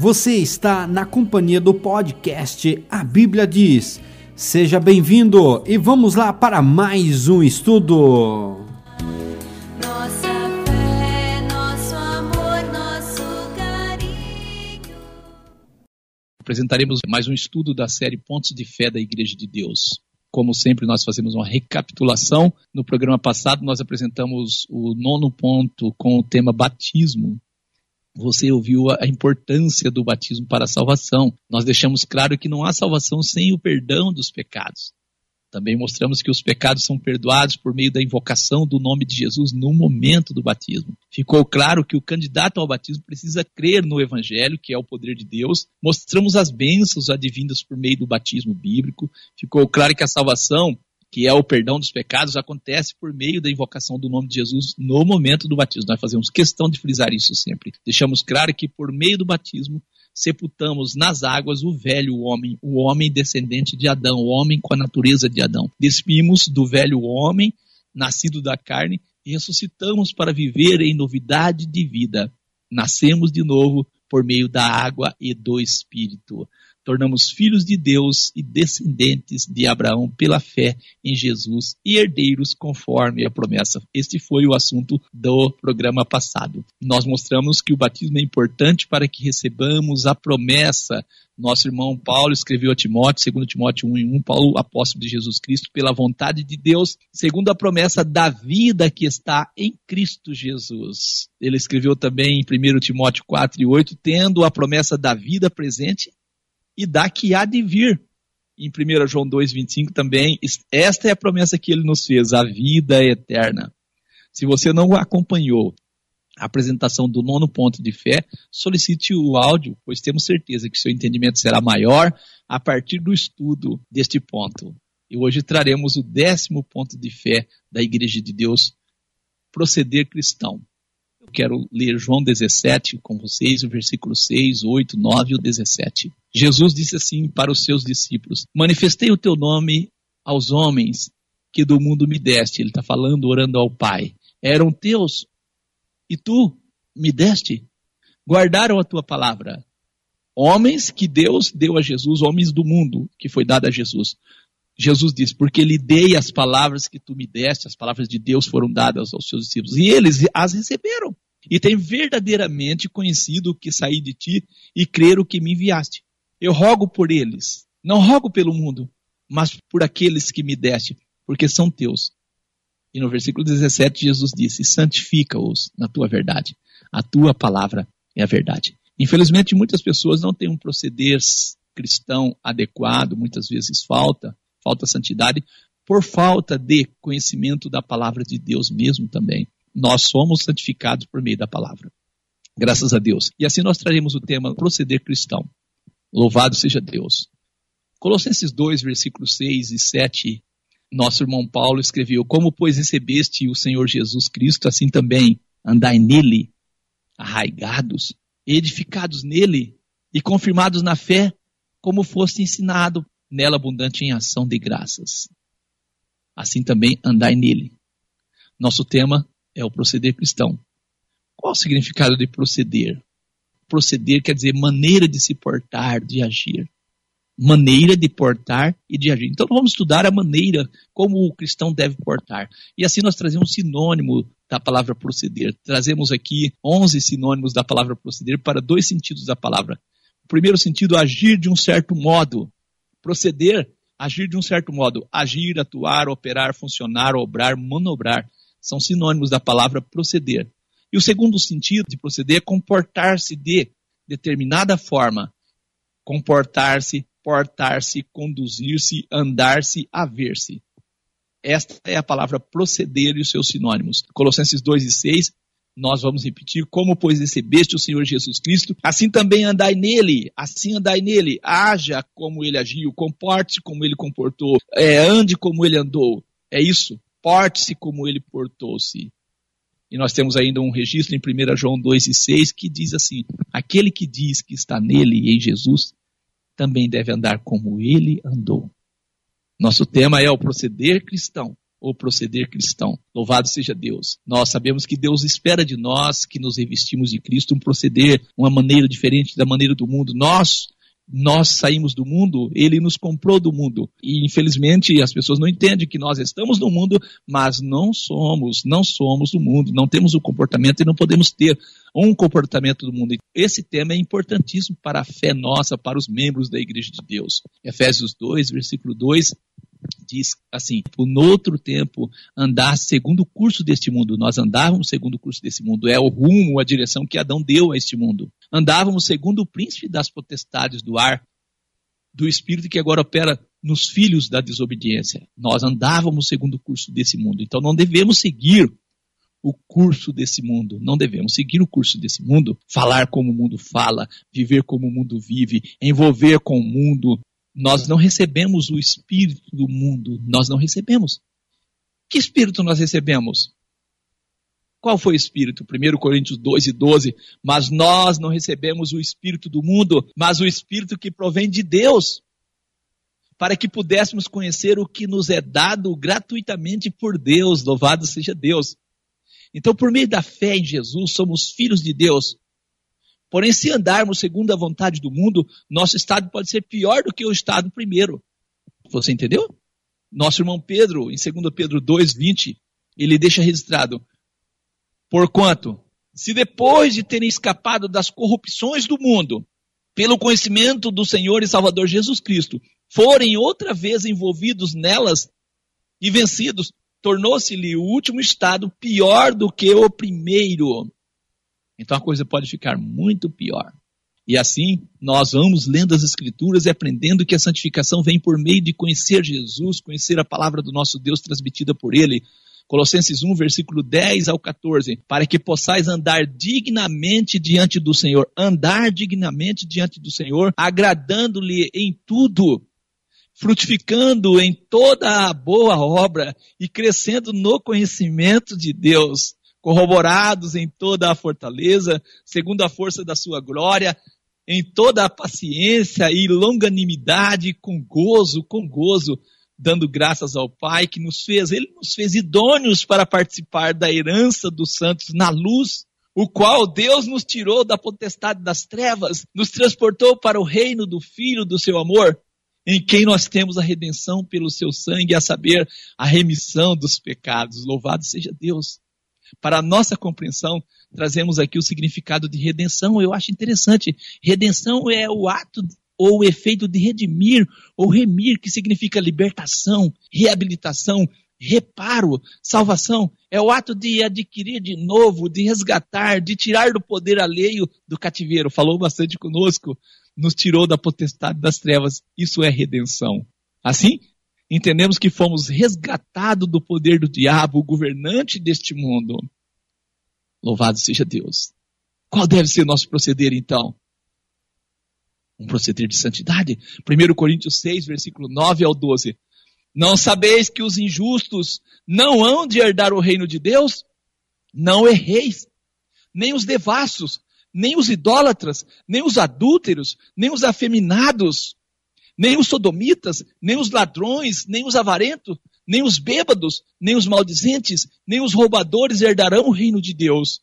Você está na companhia do podcast A Bíblia Diz. Seja bem-vindo e vamos lá para mais um estudo. Nossa fé, nosso amor, nosso carinho. Apresentaremos mais um estudo da série Pontos de Fé da Igreja de Deus. Como sempre, nós fazemos uma recapitulação. No programa passado, nós apresentamos o 9º ponto com o tema batismo. Você ouviu a importância do batismo para a salvação. Nós deixamos claro que não há salvação sem o perdão dos pecados. Também mostramos que os pecados são perdoados por meio da invocação do nome de Jesus no momento do batismo. Ficou claro que o candidato ao batismo precisa crer no Evangelho, que é o poder de Deus. Mostramos as bênçãos advindas por meio do batismo bíblico. Ficou claro que a salvação, que é o perdão dos pecados, acontece por meio da invocação do nome de Jesus no momento do batismo. Nós fazemos questão de frisar isso sempre. Deixamos claro que por meio do batismo, sepultamos nas águas o velho homem, o homem descendente de Adão, o homem com a natureza de Adão. Despimos do velho homem, nascido da carne, e ressuscitamos para viver em novidade de vida. Nascemos de novo por meio da água e do Espírito. Tornamos filhos de Deus e descendentes de Abraão pela fé em Jesus e herdeiros conforme a promessa. Este foi o assunto do programa passado. Nós mostramos que o batismo é importante para que recebamos a promessa. Nosso irmão Paulo escreveu a Timóteo, 2 Timóteo 1:1, Paulo, apóstolo de Jesus Cristo, pela vontade de Deus, segundo a promessa da vida que está em Cristo Jesus. Ele escreveu também em 1 Timóteo 4:8, tendo a promessa da vida presente e da que há de vir. Em 1 João 2:25 também, esta é a promessa que ele nos fez, a vida eterna. Se você não acompanhou a apresentação do 9º ponto de fé, solicite o áudio, pois temos certeza que seu entendimento será maior a partir do estudo deste ponto. E hoje traremos o 10º ponto de fé da Igreja de Deus, proceder cristão. Eu quero ler João 17 com vocês, o versículo 6, 8, 9 e o 17. Jesus disse assim para os seus discípulos: manifestei o teu nome aos homens que do mundo me deste. Ele está falando, orando ao Pai. Eram teus e tu me deste. Guardaram a tua palavra. Homens que Deus deu a Jesus, homens do mundo que foi dado a Jesus. Jesus diz, porque lhe dei as palavras que tu me deste, as palavras de Deus foram dadas aos seus discípulos, e eles as receberam, e têm verdadeiramente conhecido o que saí de ti, e creram o que me enviaste. Eu rogo por eles, não rogo pelo mundo, mas por aqueles que me deste, porque são teus. E no versículo 17, Jesus disse, santifica-os na tua verdade, a tua palavra é a verdade. Infelizmente, muitas pessoas não têm um proceder cristão adequado, muitas vezes falta santidade, por falta de conhecimento da palavra de Deus mesmo também. Nós somos santificados por meio da palavra. Graças a Deus. E assim nós traremos o tema proceder cristão. Louvado seja Deus. Colossenses 2, versículos 6 e 7, nosso irmão Paulo escreveu, como pois recebeste o Senhor Jesus Cristo, assim também andai nele, arraigados, edificados nele e confirmados na fé, como foste ensinado, nela abundante em ação de graças. Assim também andai nele. Nosso tema é o proceder cristão. Qual o significado de proceder? Proceder quer dizer maneira de se portar, de agir. Maneira de portar e de agir. Então vamos estudar a maneira como o cristão deve portar. E assim nós trazemos um sinônimo da palavra proceder. Trazemos aqui 11 sinônimos da palavra proceder para 2 sentidos da palavra. O primeiro sentido, agir de um certo modo. Proceder, agir de um certo modo. Agir, atuar, operar, funcionar, obrar, manobrar. São sinônimos da palavra proceder. E o segundo sentido de proceder é comportar-se de determinada forma. Comportar-se, portar-se, conduzir-se, andar-se, haver-se. Esta é a palavra proceder e os seus sinônimos. Colossenses 2:6, nós vamos repetir, como pois recebeste o Senhor Jesus Cristo, assim também andai nele, haja como ele agiu, comporte-se como ele comportou, ande como ele andou, é isso, porte-se como ele portou-se. E nós temos ainda um registro em 1 João 2:6 que diz assim, aquele que diz que está nele e em Jesus, também deve andar como ele andou. Nosso tema é o proceder cristão, o proceder cristão. Louvado seja Deus. Nós sabemos que Deus espera de nós que nos revestimos de Cristo, um proceder, uma maneira diferente da maneira do mundo. Nós saímos do mundo, Ele nos comprou do mundo. E infelizmente as pessoas não entendem que nós estamos no mundo, mas não somos do mundo. Não temos o comportamento e não podemos ter um comportamento do mundo. Esse tema é importantíssimo para a fé nossa, para os membros da Igreja de Deus. Efésios 2, versículo 2, diz assim: no outro tempo andar segundo o curso deste mundo. Nós andávamos segundo o curso desse mundo. É o rumo, a direção que Adão deu a este mundo. Andávamos segundo o príncipe das potestades do ar, do espírito que agora opera nos filhos da desobediência. Nós andávamos segundo o curso desse mundo. Então não devemos seguir o curso desse mundo. Não devemos seguir o curso desse mundo. Falar como o mundo fala, viver como o mundo vive, envolver com o mundo. Nós não recebemos o espírito do mundo. Nós não recebemos. Que espírito nós recebemos? Qual foi o espírito? 1 Coríntios 2 e 12. Mas nós não recebemos o espírito do mundo, mas o espírito que provém de Deus, para que pudéssemos conhecer o que nos é dado gratuitamente por Deus. Louvado seja Deus. Então, por meio da fé em Jesus, somos filhos de Deus. Porém, se andarmos segundo a vontade do mundo, nosso estado pode ser pior do que o estado primeiro. Você entendeu? Nosso irmão Pedro, em 2 Pedro 2, 20, ele deixa registrado: porquanto, se depois de terem escapado das corrupções do mundo, pelo conhecimento do Senhor e Salvador Jesus Cristo, forem outra vez envolvidos nelas e vencidos, tornou-se-lhe o último estado pior do que o primeiro. Então a coisa pode ficar muito pior. E assim, nós vamos lendo as Escrituras e aprendendo que a santificação vem por meio de conhecer Jesus, conhecer a palavra do nosso Deus transmitida por Ele. Colossenses 1, versículo 10 ao 14. Para que possais andar dignamente diante do Senhor. Andar dignamente diante do Senhor, agradando-lhe em tudo, frutificando em toda a boa obra e crescendo no conhecimento de Deus, corroborados em toda a fortaleza, segundo a força da sua glória, em toda a paciência e longanimidade, com gozo, dando graças ao Pai que Ele nos fez idôneos para participar da herança dos santos na luz, o qual Deus nos tirou da potestade das trevas, nos transportou para o reino do Filho do seu amor, em quem nós temos a redenção pelo seu sangue, a saber, a remissão dos pecados. Louvado seja Deus. Para a nossa compreensão, trazemos aqui o significado de redenção. Eu acho interessante. Redenção é o ato ou o efeito de redimir ou remir, que significa libertação, reabilitação, reparo, salvação. É o ato de adquirir de novo, de resgatar, de tirar do poder alheio do cativeiro. Falou bastante conosco. Nos tirou da potestade das trevas. Isso é redenção. Assim, entendemos que fomos resgatados do poder do diabo, o governante deste mundo. Louvado seja Deus. Qual deve ser o nosso proceder, então? Um proceder de santidade. 1 Coríntios 6, versículo 9 ao 12. Não sabeis que os injustos não hão de herdar o reino de Deus? Não erreis, nem os devassos, nem os idólatras, nem os adúlteros, nem os afeminados, nem os sodomitas, nem os ladrões, nem os avarentos, nem os bêbados, nem os maldizentes, nem os roubadores herdarão o reino de Deus.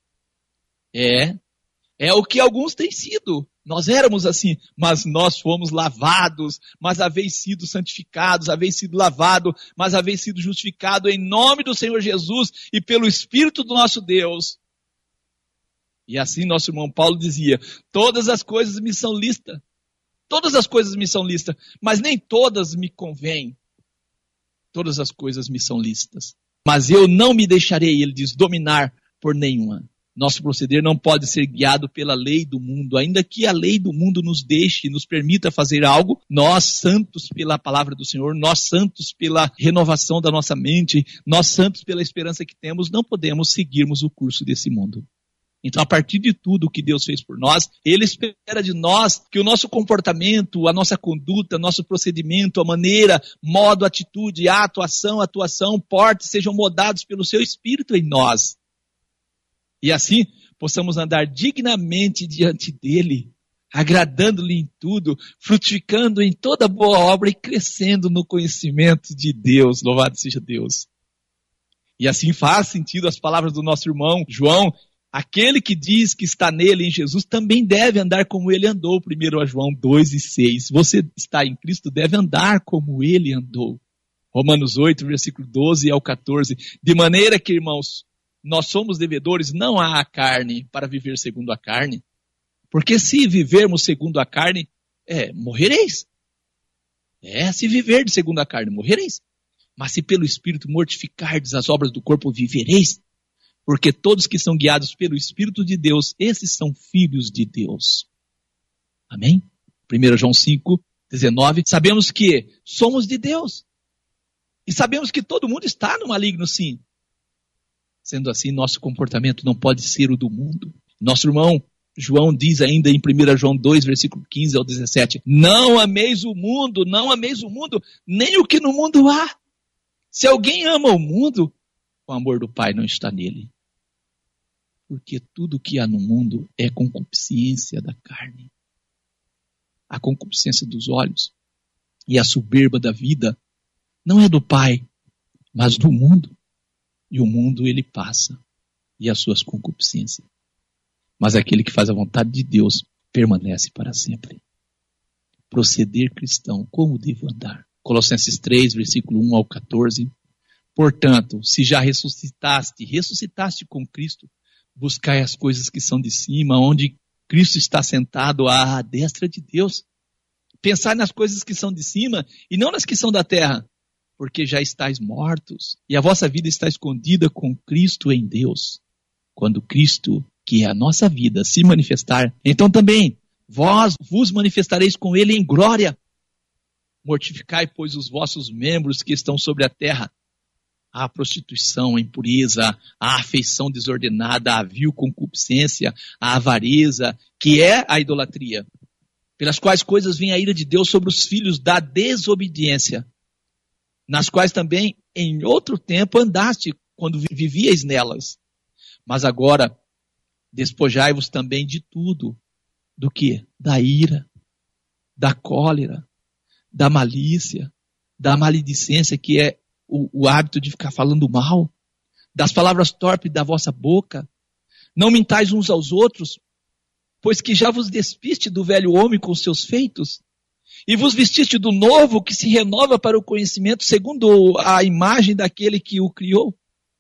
É o que alguns têm sido. Nós éramos assim, mas nós fomos lavados, mas haveis sido santificados, haveis sido lavado, mas haveis sido justificado em nome do Senhor Jesus e pelo Espírito do nosso Deus. E assim nosso irmão Paulo dizia: todas as coisas me são lícitas. Todas as coisas me são lícitas, mas nem todas me convêm. Todas as coisas me são lícitas. Mas eu não me deixarei, ele diz, dominar por nenhuma. Nosso proceder não pode ser guiado pela lei do mundo, ainda que a lei do mundo nos deixe, nos permita fazer algo. Nós, santos pela palavra do Senhor, nós, santos pela renovação da nossa mente, nós, santos pela esperança que temos, não podemos seguirmos o curso desse mundo. Então, a partir de tudo que Deus fez por nós, Ele espera de nós que o nosso comportamento, a nossa conduta, nosso procedimento, a maneira, modo, atitude, ato, atuação, porte, sejam moldados pelo Seu Espírito em nós. E assim, possamos andar dignamente diante dEle, agradando-lhe em tudo, frutificando em toda boa obra e crescendo no conhecimento de Deus. Louvado seja Deus. E assim faz sentido as palavras do nosso irmão João. Aquele que diz que está nele, em Jesus, também deve andar como ele andou. 1 João 2:6. Você está em Cristo, deve andar como ele andou. Romanos 8, versículo 12 ao 14. De maneira que, irmãos, nós somos devedores não à carne para viver segundo a carne. Porque se vivermos segundo a carne, morrereis. Se viver segundo a carne, morrereis. Mas se pelo Espírito mortificardes as obras do corpo, vivereis. Porque todos que são guiados pelo Espírito de Deus, esses são filhos de Deus. Amém? 1 João 5:19. Sabemos que somos de Deus. E sabemos que todo mundo está no maligno, sim. Sendo assim, nosso comportamento não pode ser o do mundo. Nosso irmão João diz ainda em 1 João 2, versículo 15 ao 17. Não ameis o mundo, nem o que no mundo há. Se alguém ama o mundo, o amor do Pai não está nele. Porque tudo que há no mundo é concupiscência da carne. A concupiscência dos olhos e a soberba da vida não é do Pai, mas do mundo. E o mundo ele passa, e as suas concupiscências. Mas aquele que faz a vontade de Deus permanece para sempre. Proceder cristão, como devo andar? Colossenses 3, versículo 1 ao 14. Portanto, se já ressuscitaste com Cristo, buscai as coisas que são de cima, onde Cristo está sentado à destra de Deus. Pensai nas coisas que são de cima e não nas que são da terra, porque já estáis mortos e a vossa vida está escondida com Cristo em Deus. Quando Cristo, que é a nossa vida, se manifestar, então também vós vos manifestareis com ele em glória. Mortificai, pois, os vossos membros que estão sobre a terra, a prostituição, a impureza, a afeição desordenada, a vil concupiscência, a avareza, que é a idolatria, pelas quais coisas vem a ira de Deus sobre os filhos da desobediência, nas quais também em outro tempo andaste, quando vivíeis nelas. Mas agora, despojai-vos também de tudo. Do que? Da ira, da cólera, da malícia, da maledicência, que é o hábito de ficar falando mal, das palavras torpes da vossa boca. Não mintais uns aos outros, pois que já vos despiste do velho homem com seus feitos, e vos vestiste do novo que se renova para o conhecimento segundo a imagem daquele que o criou.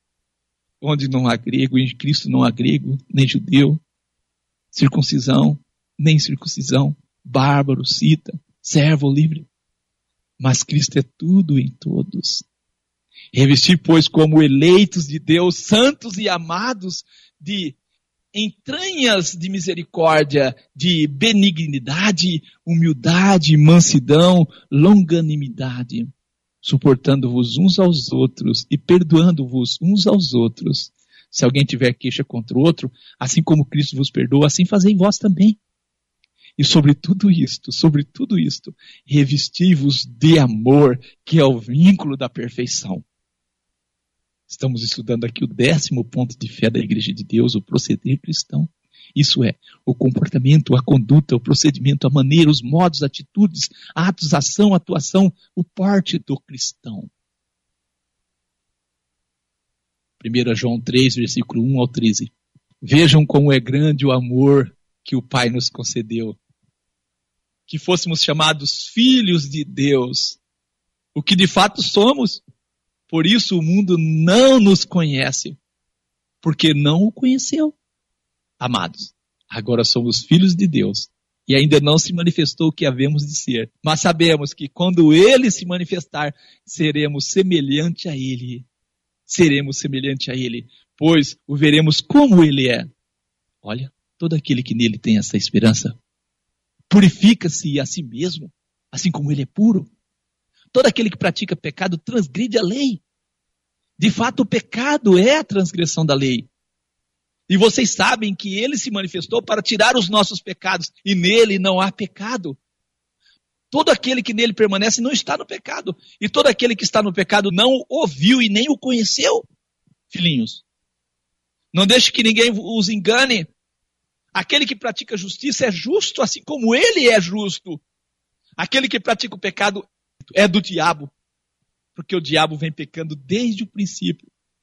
Onde não há grego, em Cristo não há grego, nem judeu, circuncisão, nem circuncisão, bárbaro, cita, servo ou livre. Mas Cristo é tudo em todos. Revestir, pois, como eleitos de Deus, santos e amados, de entranhas de misericórdia, de benignidade, humildade, mansidão, longanimidade, suportando-vos uns aos outros e perdoando-vos uns aos outros. Se alguém tiver queixa contra o outro, assim como Cristo vos perdoa, assim fazei vós também. E sobre tudo isto, revesti-vos de amor, que é o vínculo da perfeição. Estamos estudando aqui o 10º ponto de fé da Igreja de Deus, o proceder cristão. Isso é, o comportamento, a conduta, o procedimento, a maneira, os modos, atitudes, atos, ação, atuação, o porte do cristão. 1 João 3, versículo 1 ao 13. Vejam como é grande o amor que o Pai nos concedeu. Que fôssemos chamados filhos de Deus, o que de fato somos. Por isso o mundo não nos conhece, porque não o conheceu. Amados, agora somos filhos de Deus, e ainda não se manifestou o que havemos de ser. Mas sabemos que quando Ele se manifestar, seremos semelhante a Ele. Seremos semelhante a Ele, pois o veremos como Ele é. Olha, todo aquele que nele tem essa esperança, purifica-se a si mesmo, assim como Ele é puro. Todo aquele que pratica pecado transgride a lei. De fato, o pecado é a transgressão da lei. E vocês sabem que Ele se manifestou para tirar os nossos pecados, e nele não há pecado. Todo aquele que nele permanece não está no pecado. E todo aquele que está no pecado não o viu e nem o conheceu. Filhinhos, não deixe que ninguém os engane. Aquele que pratica justiça é justo, assim como Ele é justo. Aquele que pratica o pecado é do diabo, porque o diabo vem pecando desde o princípio.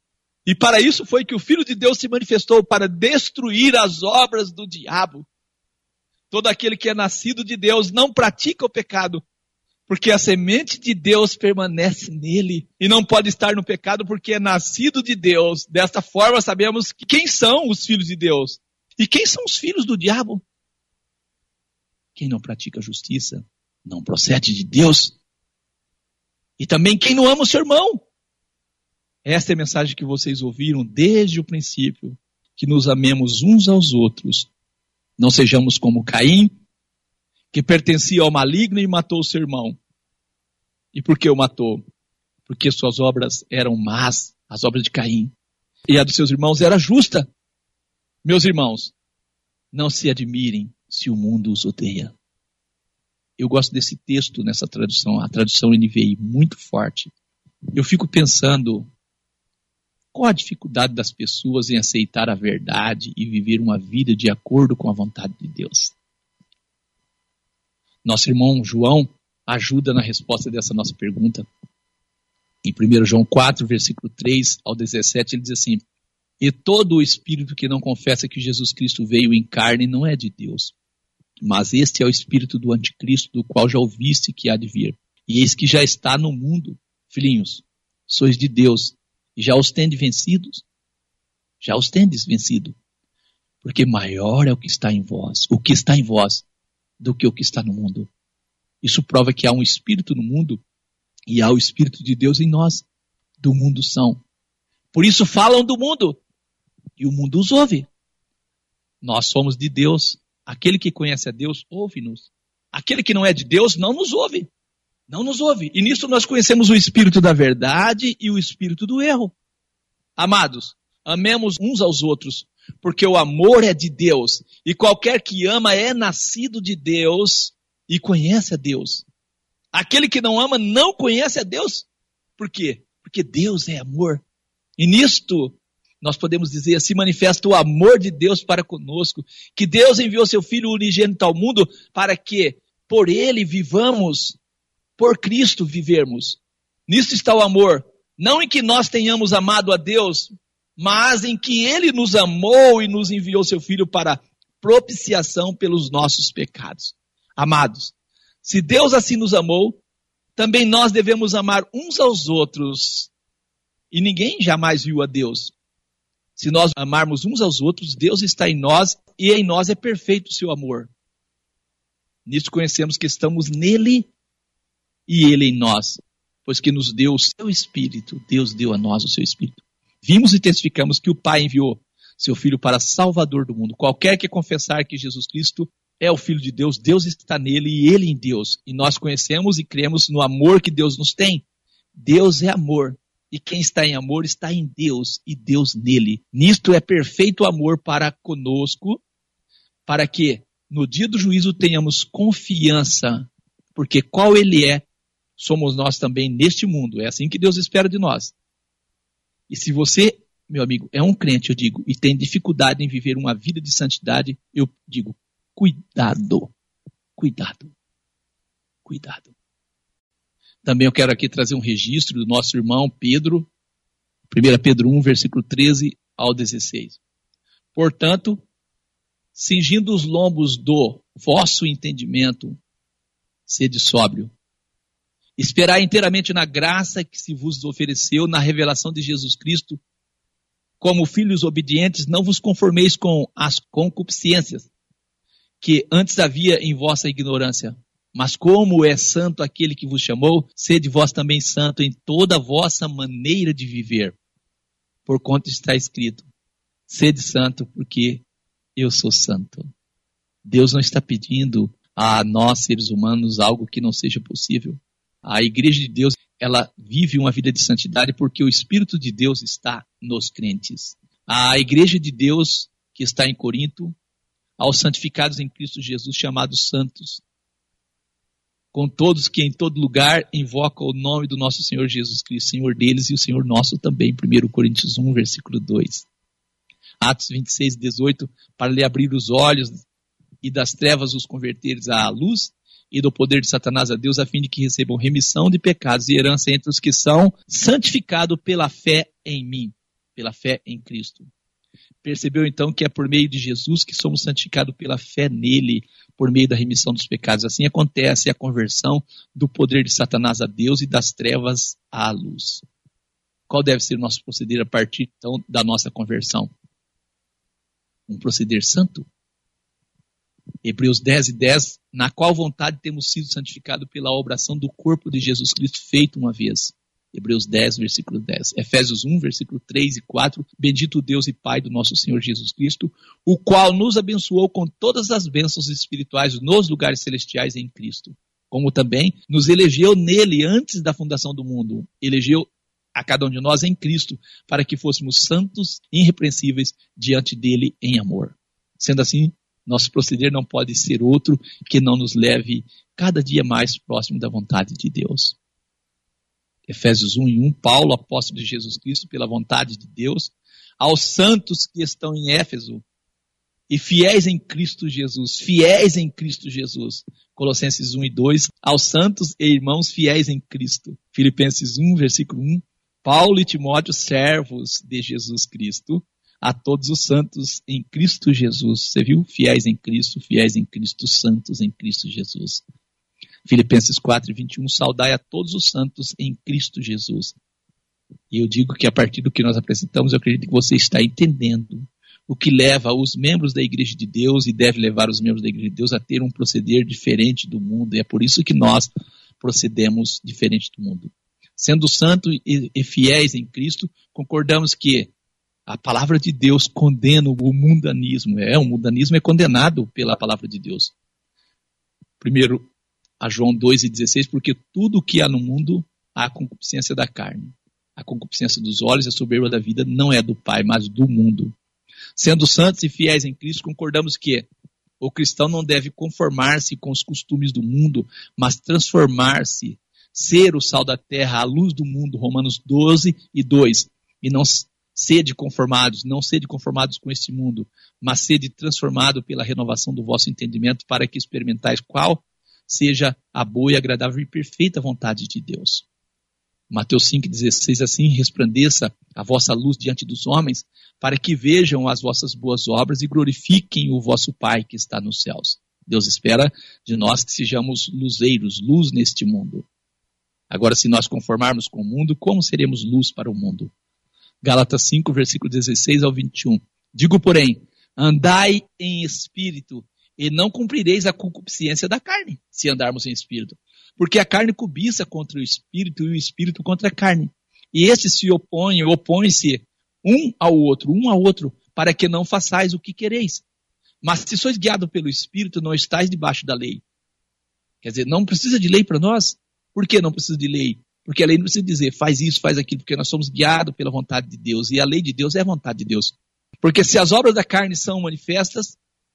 E para isso foi que o Filho de Deus se manifestou, para destruir as obras do diabo. Todo aquele que é nascido de Deus não pratica o pecado, porque a semente de Deus permanece nele e não pode estar no pecado porque é nascido de Deus. Desta forma sabemos quem são os filhos de Deus e quem são os filhos do diabo. Quem não pratica a justiça não procede de Deus. E também quem não ama o seu irmão. Esta é a mensagem que vocês ouviram desde o princípio, que nos amemos uns aos outros. Não sejamos como Caim, que pertencia ao maligno e matou o seu irmão. E por que o matou? Porque suas obras eram más, as obras de Caim. E a dos seus irmãos era justa. Meus irmãos, não se admirem se o mundo os odeia. Eu gosto desse texto nessa tradução, a tradução NVI, muito forte. Eu fico pensando, qual a dificuldade das pessoas em aceitar a verdade e viver uma vida de acordo com a vontade de Deus? Nosso irmão João ajuda na resposta dessa nossa pergunta. Em 1 João 4, versículo 3 ao 17, ele diz assim: e todo o espírito que não confessa que Jesus Cristo veio em carne não é de Deus, mas este é o espírito do anticristo, do qual já ouviste que há de vir. E eis que já está no mundo. Filhinhos, sois de Deus, e já os tendes vencidos. Já os tendes vencido. Porque maior é o que está em vós, do que o que está no mundo. Isso prova que há um espírito no mundo, e há o espírito de Deus em nós. Do mundo são. Por isso falam do mundo, e o mundo os ouve. Nós somos de Deus. Aquele que conhece a Deus, ouve-nos. Aquele que não é de Deus, não nos ouve. Não nos ouve. E nisso nós conhecemos o espírito da verdade e o espírito do erro. Amados, amemos uns aos outros, porque o amor é de Deus. E qualquer que ama é nascido de Deus e conhece a Deus. Aquele que não ama não conhece a Deus. Por quê? Porque Deus é amor. E nisto nós podemos dizer, se manifesta o amor de Deus para conosco, que Deus enviou seu Filho unigênito ao mundo para que por ele vivamos, por Cristo vivermos. Nisso está o amor, não em que nós tenhamos amado a Deus, mas em que ele nos amou e nos enviou seu Filho para propiciação pelos nossos pecados. Amados, se Deus assim nos amou, também nós devemos amar uns aos outros. E ninguém jamais viu a Deus. Se nós amarmos uns aos outros, Deus está em nós e em nós é perfeito o seu amor. Nisso conhecemos que estamos nele e ele em nós, pois que nos deu o seu Espírito. Deus deu a nós o seu Espírito. Vimos e testificamos que o Pai enviou seu Filho para Salvador do mundo. Qualquer que confessar que Jesus Cristo é o Filho de Deus, Deus está nele e ele em Deus. E nós conhecemos e cremos no amor que Deus nos tem. Deus é amor. E quem está em amor está em Deus e Deus nele. Nisto é perfeito amor para conosco, para que no dia do juízo tenhamos confiança, porque qual ele é, somos nós também neste mundo. É assim que Deus espera de nós. E se você, meu amigo, é um crente, eu digo, e tem dificuldade em viver uma vida de santidade, eu digo, cuidado, cuidado, cuidado. Também eu quero aqui trazer um registro do nosso irmão Pedro, 1 Pedro 1, versículo 13 ao 16. Portanto, cingindo os lombos do vosso entendimento, sede sóbrio. Esperai inteiramente na graça que se vos ofereceu na revelação de Jesus Cristo. Como filhos obedientes, não vos conformeis com as concupiscências que antes havia em vossa ignorância. Mas como é santo aquele que vos chamou, sede vós também santo em toda a vossa maneira de viver. Porquanto está escrito, sede santo porque eu sou santo. Deus não está pedindo a nós, seres humanos, algo que não seja possível. A igreja de Deus, ela vive uma vida de santidade porque o Espírito de Deus está nos crentes. A igreja de Deus, que está em Corinto, aos santificados em Cristo Jesus, chamados santos, com todos que em todo lugar invocam o nome do nosso Senhor Jesus Cristo, Senhor deles e o Senhor nosso também. 1 Coríntios 1, versículo 2. Atos 26, 18, para lhe abrir os olhos e das trevas os converteres à luz e do poder de Satanás a Deus, a fim de que recebam remissão de pecados e herança entre os que são santificados pela fé em mim. pela fé em Cristo. Percebeu então que é por meio de Jesus que somos santificados pela fé nele, por meio da remissão dos pecados. Assim acontece a conversão do poder de Satanás a Deus e das trevas à luz. Qual deve ser o nosso proceder a partir então da nossa conversão? Um proceder santo. Hebreus 10:10, na qual vontade temos sido santificados pela obração do corpo de Jesus Cristo feito uma vez. Hebreus 10, versículo 10. Efésios 1, versículo 3 e 4. Bendito Deus e Pai do nosso Senhor Jesus Cristo, o qual nos abençoou com todas as bênçãos espirituais nos lugares celestiais em Cristo. Como também nos elegeu nele antes da fundação do mundo. Elegeu a cada um de nós em Cristo, para que fôssemos santos e irrepreensíveis diante dele em amor. Sendo assim, nosso proceder não pode ser outro que não nos leve cada dia mais próximo da vontade de Deus. Efésios 1:1, Paulo, apóstolo de Jesus Cristo, pela vontade de Deus, aos santos que estão em Éfeso e fiéis em Cristo Jesus, fiéis em Cristo Jesus. Colossenses 1:2, aos santos e irmãos fiéis em Cristo. Filipenses 1, versículo 1, Paulo e Timóteo, servos de Jesus Cristo, a todos os santos em Cristo Jesus. Você viu? Fiéis em Cristo, santos em Cristo Jesus. Filipenses 4:21, saudai a todos os santos em Cristo Jesus. E eu digo que a partir do que nós apresentamos, eu acredito que você está entendendo o que leva os membros da Igreja de Deus e deve levar os membros da Igreja de Deus a ter um proceder diferente do mundo. E é por isso que nós procedemos diferente do mundo. Sendo santos e fiéis em Cristo, concordamos que a palavra de Deus condena o mundanismo. O mundanismo é condenado pela palavra de Deus. Primeiro, a João 2:16, porque tudo o que há no mundo há a concupiscência da carne. A concupiscência dos olhos e a soberba da vida não é do Pai, mas do mundo. Sendo santos e fiéis em Cristo, concordamos que o cristão não deve conformar-se com os costumes do mundo, mas transformar-se, ser o sal da terra, a luz do mundo, Romanos 12:2. E não sede conformados com este mundo, mas sede transformado pela renovação do vosso entendimento, para que experimentais qual seja a boa e agradável e perfeita vontade de Deus. Mateus 5:16, assim resplandeça a vossa luz diante dos homens, para que vejam as vossas boas obras e glorifiquem o vosso Pai que está nos céus. Deus espera de nós que sejamos luzeiros, luz neste mundo. Agora, se nós conformarmos com o mundo, como seremos luz para o mundo? Gálatas 5, versículo 16 ao 21. Digo, porém, andai em espírito, e não cumprireis a concupiscência da carne, se andarmos em espírito. Porque a carne cobiça contra o espírito e o espírito contra a carne. E estes se opõem-se um ao outro, para que não façais o que quereis. Mas se sois guiados pelo espírito, não estáis debaixo da lei. Quer dizer, não precisa de lei para nós. Por que não precisa de lei? Porque a lei não precisa dizer, faz isso, faz aquilo, porque nós somos guiados pela vontade de Deus. E a lei de Deus é a vontade de Deus. Porque se as obras da carne são manifestas,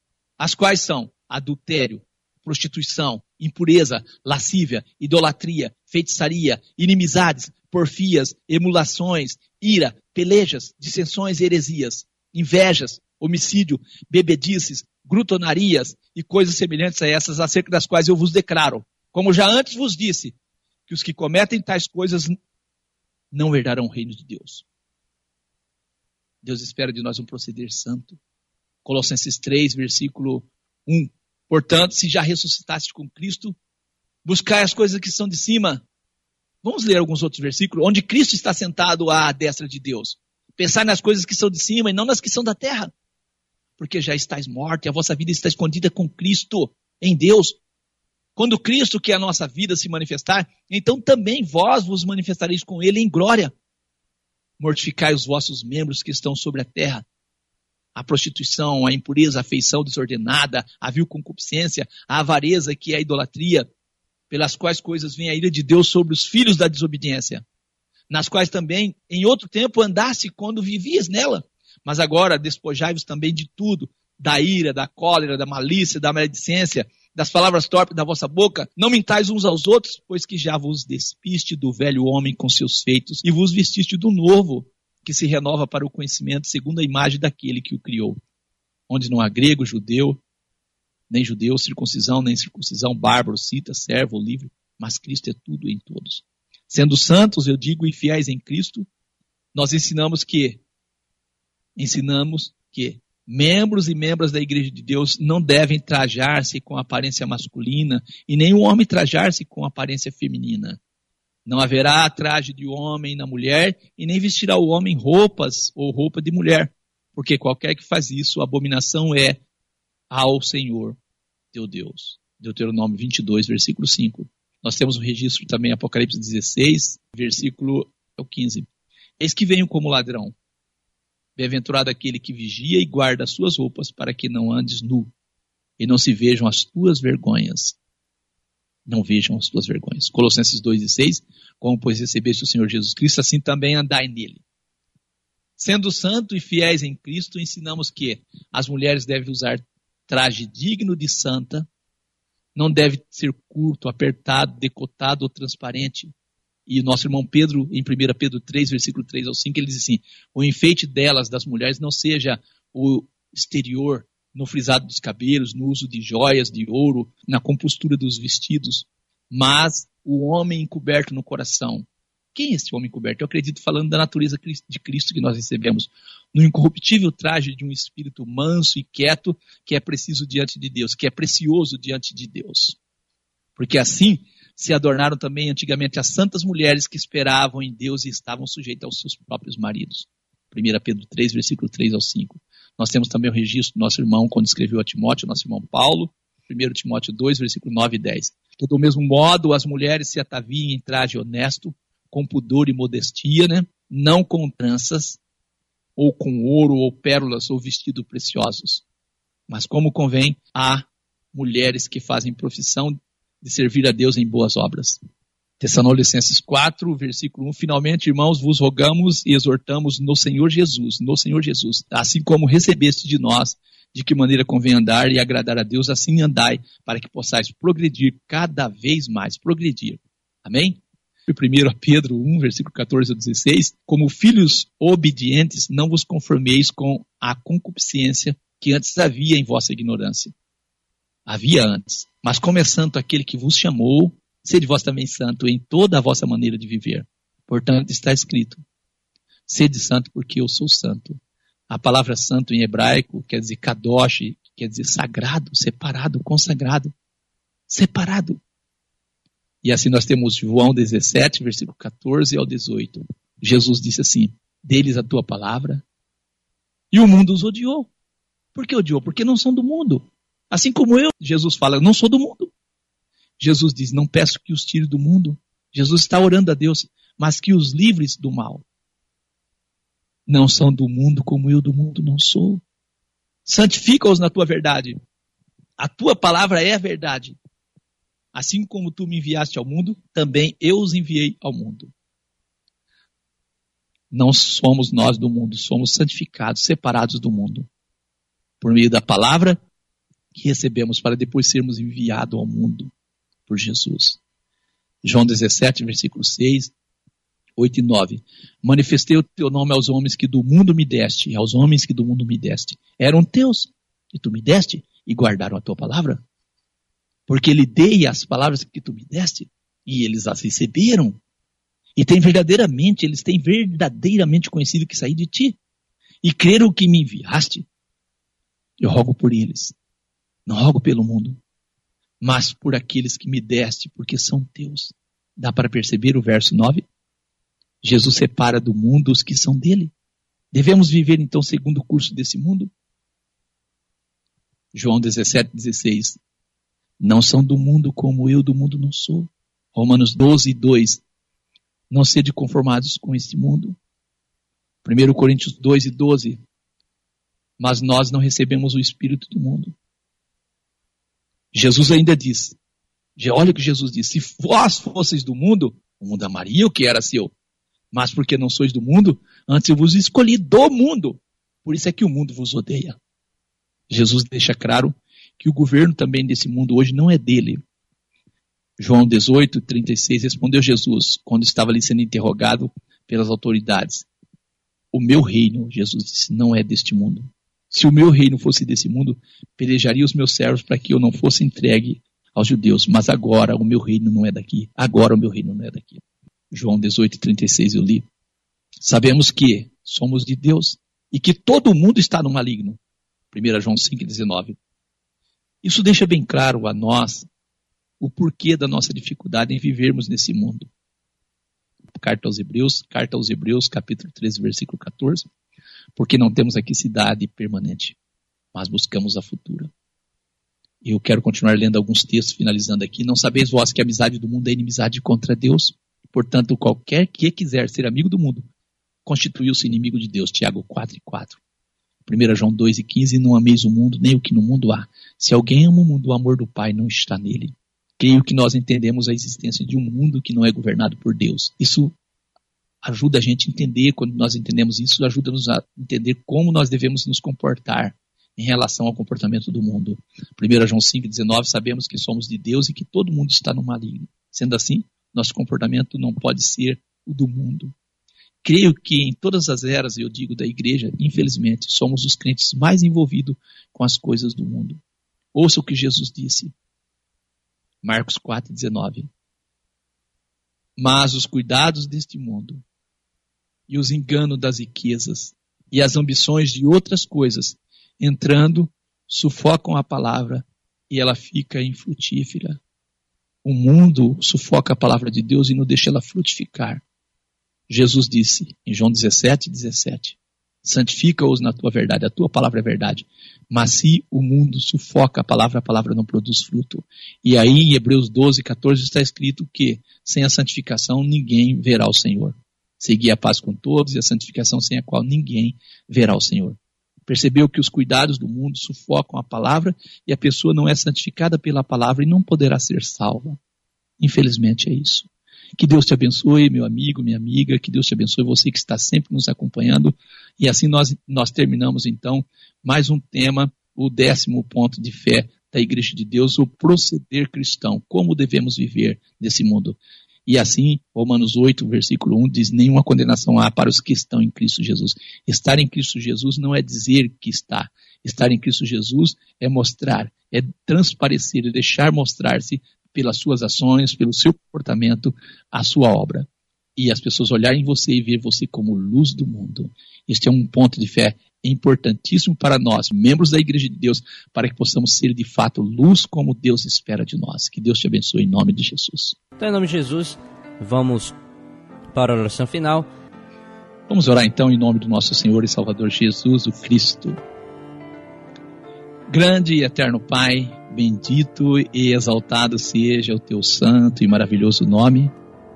as quais são adultério, prostituição, impureza, lascívia, idolatria, feitiçaria, inimizades, porfias, emulações, ira, pelejas, dissensões e heresias, invejas, homicídio, bebedices, glutonarias e coisas semelhantes a essas, acerca das quais eu vos declaro, como já antes vos disse, que os que cometem tais coisas não herdarão o reino de Deus. Deus espera de nós um proceder santo. Colossenses 3, versículo 1. Portanto, se já ressuscitaste com Cristo, buscai as coisas que são de cima. Vamos ler alguns outros versículos, onde Cristo está sentado à destra de Deus. Pensai nas coisas que são de cima e não nas que são da terra. Porque já estáis mortos e a vossa vida está escondida com Cristo em Deus. Quando Cristo, que é a nossa vida, se manifestar, então também vós vos manifestareis com Ele em glória. Mortificai os vossos membros que estão sobre a terra. A prostituição, a impureza, a afeição desordenada, a vil concupiscência, a avareza, que é a idolatria, pelas quais coisas vem a ira de Deus sobre os filhos da desobediência, nas quais também em outro tempo andaste quando vivias nela, mas agora despojai-vos também de tudo, da ira, da cólera, da malícia, da maledicência, das palavras torpes da vossa boca. Não mintais uns aos outros, pois que já vos despiste do velho homem com seus feitos e vos vestiste do novo, que se renova para o conhecimento segundo a imagem daquele que o criou, onde não há grego, judeu, nem judeu, circuncisão, nem circuncisão, bárbaro, cita, servo ou livre, mas Cristo é tudo em todos. Sendo santos, eu digo, e fiéis em Cristo, nós ensinamos que ensinamos que membros e membras da Igreja de Deus não devem trajar-se com aparência masculina e nem o homem trajar-se com aparência feminina. Não haverá traje de homem na mulher e nem vestirá o homem roupas ou roupa de mulher, porque qualquer que faz isso, a abominação é ao Senhor teu Deus. Deuteronômio 22, versículo 5. Nós temos um registro também em Apocalipse 16, versículo 15. Eis que venho como ladrão. Bem-aventurado aquele que vigia e guarda as suas roupas para que não andes nu e não se vejam as tuas vergonhas. Não vejam as tuas vergonhas. Colossenses 2:6, como pois recebeste o Senhor Jesus Cristo, assim também andai nele. Sendo santos e fiéis em Cristo, ensinamos que as mulheres devem usar traje digno de santa, não deve ser curto, apertado, decotado ou transparente. E o nosso irmão Pedro, em 1 Pedro 3, versículo 3 ao 5, ele diz assim: o enfeite delas, das mulheres, não seja o exterior, no frisado dos cabelos, no uso de joias, de ouro, na compostura dos vestidos, mas o homem encoberto no coração. Quem é esse homem encoberto? Eu acredito falando da natureza de Cristo que nós recebemos, no incorruptível traje de um espírito manso e quieto, que é preciso diante de Deus, que é precioso diante de Deus. Porque assim se adornaram também antigamente as santas mulheres que esperavam em Deus e estavam sujeitas aos seus próprios maridos. 1 Pedro 3, versículo 3 ao 5. Nós temos também o registro do nosso irmão, quando escreveu a Timóteo, nosso irmão Paulo, 1 Timóteo 2, versículo 9 e 10. Que do mesmo modo as mulheres se ataviem em traje honesto, com pudor e modestia, não com tranças, ou com ouro, ou pérolas, ou vestidos preciosos. Mas como convém a mulheres que fazem profissão de servir a Deus em boas obras. Tessalonicenses 4, versículo 1. Finalmente, irmãos, vos rogamos e exortamos no Senhor Jesus, assim como recebeste de nós, de que maneira convém andar e agradar a Deus, assim andai, para que possais progredir cada vez mais. Progredir. Amém? 1 Pedro 1, versículo 14 a 16. Como filhos obedientes, não vos conformeis com a concupiscência que antes havia em vossa ignorância. Havia antes. Mas como é santo aquele que vos chamou, sede vós também santo em toda a vossa maneira de viver. Portanto, está escrito: sede santo porque eu sou santo. A palavra santo em hebraico quer dizer kadosh, quer dizer sagrado, separado, consagrado. Separado. E assim nós temos João 17, versículo 14 ao 18. Jesus disse assim: deles a tua palavra, e o mundo os odiou. Por que odiou? Porque não são do mundo. Assim como eu, Jesus fala, eu não sou do mundo. Jesus diz, não peço que os tire do mundo. Jesus está orando a Deus, mas que os livres do mal. Não são do mundo como eu do mundo não sou. Santifica-os na tua verdade. A tua palavra é a verdade. Assim como tu me enviaste ao mundo, também eu os enviei ao mundo. Não somos nós do mundo, somos santificados, separados do mundo. Por meio da palavra que recebemos para depois sermos enviados ao mundo por Jesus. João 17, versículo 6, 8 e 9. Manifestei o teu nome aos homens que do mundo me deste, e aos homens que do mundo me deste. Eram teus, e tu me deste, e guardaram a tua palavra. Porque lhe dei as palavras que tu me deste, e eles as receberam. E eles têm verdadeiramente conhecido que saí de ti, e creram que me enviaste. Eu rogo por eles. Não rogo pelo mundo, mas por aqueles que me deste, porque são teus. Dá para perceber o verso 9? Jesus separa do mundo os que são dele. Devemos viver então segundo o curso desse mundo? João 17, 16. Não são do mundo como eu do mundo não sou. Romanos 12, 2. Não sede conformados com este mundo. 1 Coríntios 2 e 12. Mas nós não recebemos o Espírito do mundo. Jesus ainda diz, olha o que Jesus diz, se vós fosseis do mundo, o mundo amaria o que era seu. Mas porque não sois do mundo, antes eu vos escolhi do mundo. Por isso é que o mundo vos odeia. Jesus deixa claro que o governo também desse mundo hoje não é dele. João 18, 36, respondeu Jesus, quando estava ali sendo interrogado pelas autoridades. O meu reino, Jesus disse, não é deste mundo. Se o meu reino fosse desse mundo, pelejaria os meus servos para que eu não fosse entregue aos judeus. Mas agora o meu reino não é daqui. Agora o meu reino não é daqui. João 18, 36 eu li. Sabemos que somos de Deus e que todo mundo está no maligno. 1 João 5,19. Isso deixa bem claro a nós o porquê da nossa dificuldade em vivermos nesse mundo. Carta aos Hebreus, capítulo 13, versículo 14. Porque não temos aqui cidade permanente, mas buscamos a futura. Eu quero continuar lendo alguns textos, finalizando aqui. Não sabeis vós que a amizade do mundo é inimizade contra Deus? Portanto, qualquer que quiser ser amigo do mundo, constituiu-se inimigo de Deus. Tiago 4,4. 1 João 2,15. Não ameis o mundo, nem o que no mundo há. Se alguém ama o mundo, o amor do Pai não está nele. Creio que nós entendemos a existência de um mundo que não é governado por Deus. Isso ajuda a gente a entender, quando nós entendemos isso, ajuda-nos a entender como nós devemos nos comportar em relação ao comportamento do mundo. 1 João 5,19, sabemos que somos de Deus e que todo mundo está no maligno. Sendo assim, nosso comportamento não pode ser o do mundo. Creio que em todas as eras, eu digo da igreja, infelizmente, somos os crentes mais envolvidos com as coisas do mundo. Ouça o que Jesus disse. Marcos 4,19. Mas os cuidados deste mundo e os enganos das riquezas e as ambições de outras coisas, entrando, sufocam a palavra e ela fica infrutífera. O mundo sufoca a palavra de Deus e não deixa ela frutificar. Jesus disse em João 17:17, santifica-os na tua verdade, a tua palavra é verdade. Mas se o mundo sufoca a palavra não produz fruto. E aí em Hebreus 12:14 está escrito que sem a santificação ninguém verá o Senhor. Segui a paz com todos e a santificação sem a qual ninguém verá o Senhor. Percebeu que os cuidados do mundo sufocam a palavra e a pessoa não é santificada pela palavra e não poderá ser salva. Infelizmente é isso. Que Deus te abençoe, meu amigo, minha amiga, que Deus te abençoe, você que está sempre nos acompanhando. E assim nós terminamos então mais um tema, o 10º ponto de fé da Igreja de Deus, o proceder cristão, como devemos viver nesse mundo. E assim, Romanos 8, versículo 1 diz, nenhuma condenação há para os que estão em Cristo Jesus. Estar em Cristo Jesus não é dizer que está. Estar em Cristo Jesus é mostrar, é transparecer, é deixar mostrar-se pelas suas ações, pelo seu comportamento, a sua obra. E as pessoas olharem você e ver você como luz do mundo. Este é um ponto de fé importantíssimo para nós, membros da Igreja de Deus, para que possamos ser de fato luz como Deus espera de nós. Que Deus te abençoe em nome de Jesus. Então, em nome de Jesus, vamos para a oração final. Vamos orar então em nome do nosso Senhor e Salvador Jesus, o Cristo. Grande e eterno Pai, bendito e exaltado seja o teu santo e maravilhoso nome.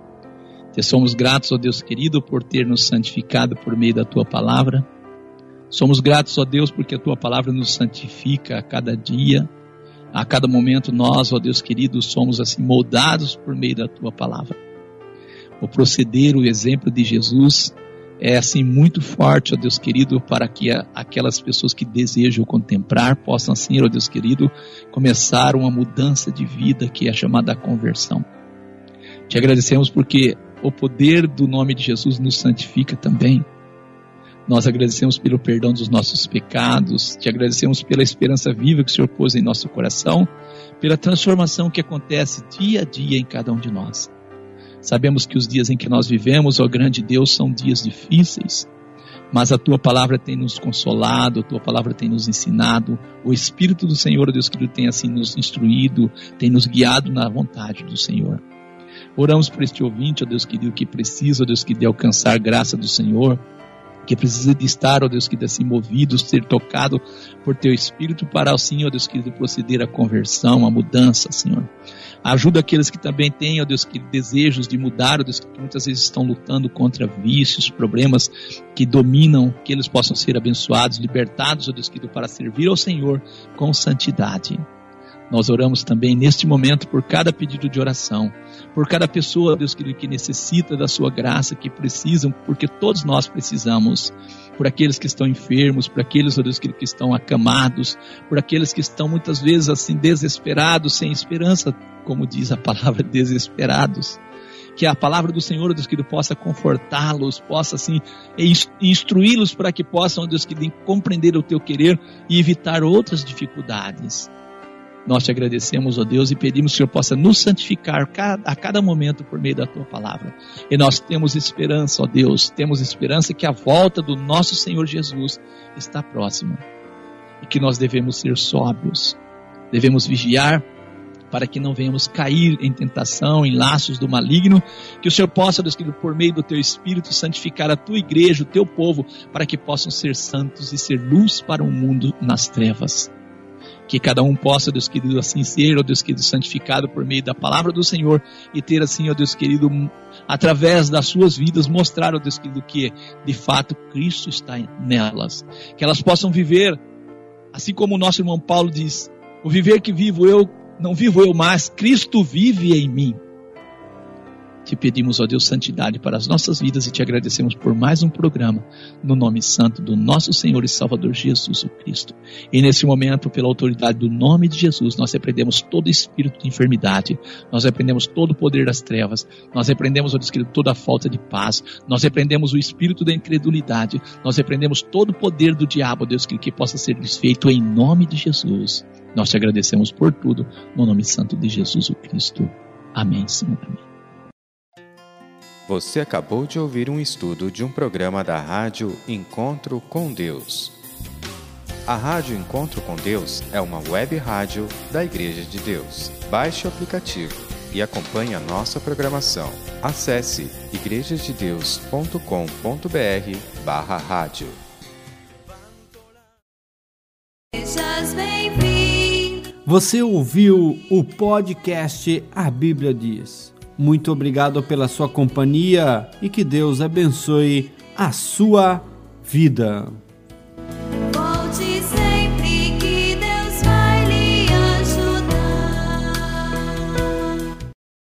Te somos gratos, ó Deus querido, por ter nos santificado por meio da tua palavra. Somos gratos, ó Deus, porque a tua palavra nos santifica a cada dia, a cada momento nós, ó Deus querido, somos assim moldados por meio da tua palavra. O proceder, o exemplo de Jesus é assim muito forte, ó Deus querido, para que aquelas pessoas que desejam contemplar possam assim, ó Deus querido, começar uma mudança de vida que é chamada conversão. Te agradecemos porque o poder do nome de Jesus nos santifica também. Nós agradecemos pelo perdão dos nossos pecados, te agradecemos pela esperança viva que o Senhor pôs em nosso coração, pela transformação que acontece dia a dia em cada um de nós. Sabemos que os dias em que nós vivemos, ó grande Deus, são dias difíceis, mas a tua palavra tem nos consolado, a tua palavra tem nos ensinado, o Espírito do Senhor, ó Deus querido, tem assim nos instruído, tem nos guiado na vontade do Senhor. Oramos por este ouvinte, ó Deus querido, que precisa, ó Deus querido, de alcançar a graça do Senhor, que precisa de estar, ó Deus querido, assim movido, ser tocado por teu Espírito para assim, ó Deus querido, proceder à conversão, à mudança, Senhor. Ajuda aqueles que também têm, ó Deus querido, desejos de mudar, ó Deus querido, que muitas vezes estão lutando contra vícios, problemas que dominam, que eles possam ser abençoados, libertados, ó Deus querido, para servir ao Senhor com santidade. Nós oramos também neste momento por cada pedido de oração, por cada pessoa, Deus querido, que necessita da sua graça, que precisam, porque todos nós precisamos, por aqueles que estão enfermos, por aqueles, ó Deus querido, que estão acamados, por aqueles que estão muitas vezes assim desesperados, sem esperança, como diz a palavra, desesperados. Que a palavra do Senhor, ó Deus querido, possa confortá-los, possa assim instruí-los para que possam, ó Deus querido, compreender o teu querer e evitar outras dificuldades. Nós te agradecemos, ó Deus, e pedimos que o Senhor possa nos santificar a cada momento por meio da tua palavra. E nós temos esperança, ó Deus, temos esperança que a volta do nosso Senhor Jesus está próxima. E que nós devemos ser sóbrios, devemos vigiar para que não venhamos cair em tentação, em laços do maligno. Que o Senhor possa, Deus querido, por meio do teu Espírito, santificar a tua igreja, o teu povo, para que possam ser santos e ser luz para o mundo nas trevas. Que cada um possa, Deus querido, assim ser, ó Deus querido, santificado por meio da palavra do Senhor e ter assim, ó Deus querido, através das suas vidas, mostrar, ó Deus querido, que de fato Cristo está nelas. Que elas possam viver, assim como o nosso irmão Paulo diz, o viver que vivo eu, não vivo eu mais, Cristo vive em mim. Te pedimos, ó Deus, santidade para as nossas vidas e te agradecemos por mais um programa, no nome santo do nosso Senhor e Salvador Jesus o Cristo. E nesse momento, pela autoridade do nome de Jesus, nós repreendemos todo espírito de enfermidade, nós repreendemos todo o poder das trevas, nós repreendemos, ó Deus querido, toda a falta de paz, nós repreendemos o espírito da incredulidade, nós repreendemos todo o poder do diabo, ó Deus querido, que possa ser desfeito em nome de Jesus. Nós te agradecemos por tudo, no nome santo de Jesus o Cristo. Amém, Senhor. Amém. Você acabou de ouvir um estudo de um programa da Rádio Encontro com Deus. A Rádio Encontro com Deus é uma web rádio da Igreja de Deus. Baixe o aplicativo e acompanhe a nossa programação. Acesse igrejadedeus.com.br/rádio. Sejas bem-vindo. Você ouviu o podcast A Bíblia Diz. Muito obrigado pela sua companhia e que Deus abençoe a sua vida.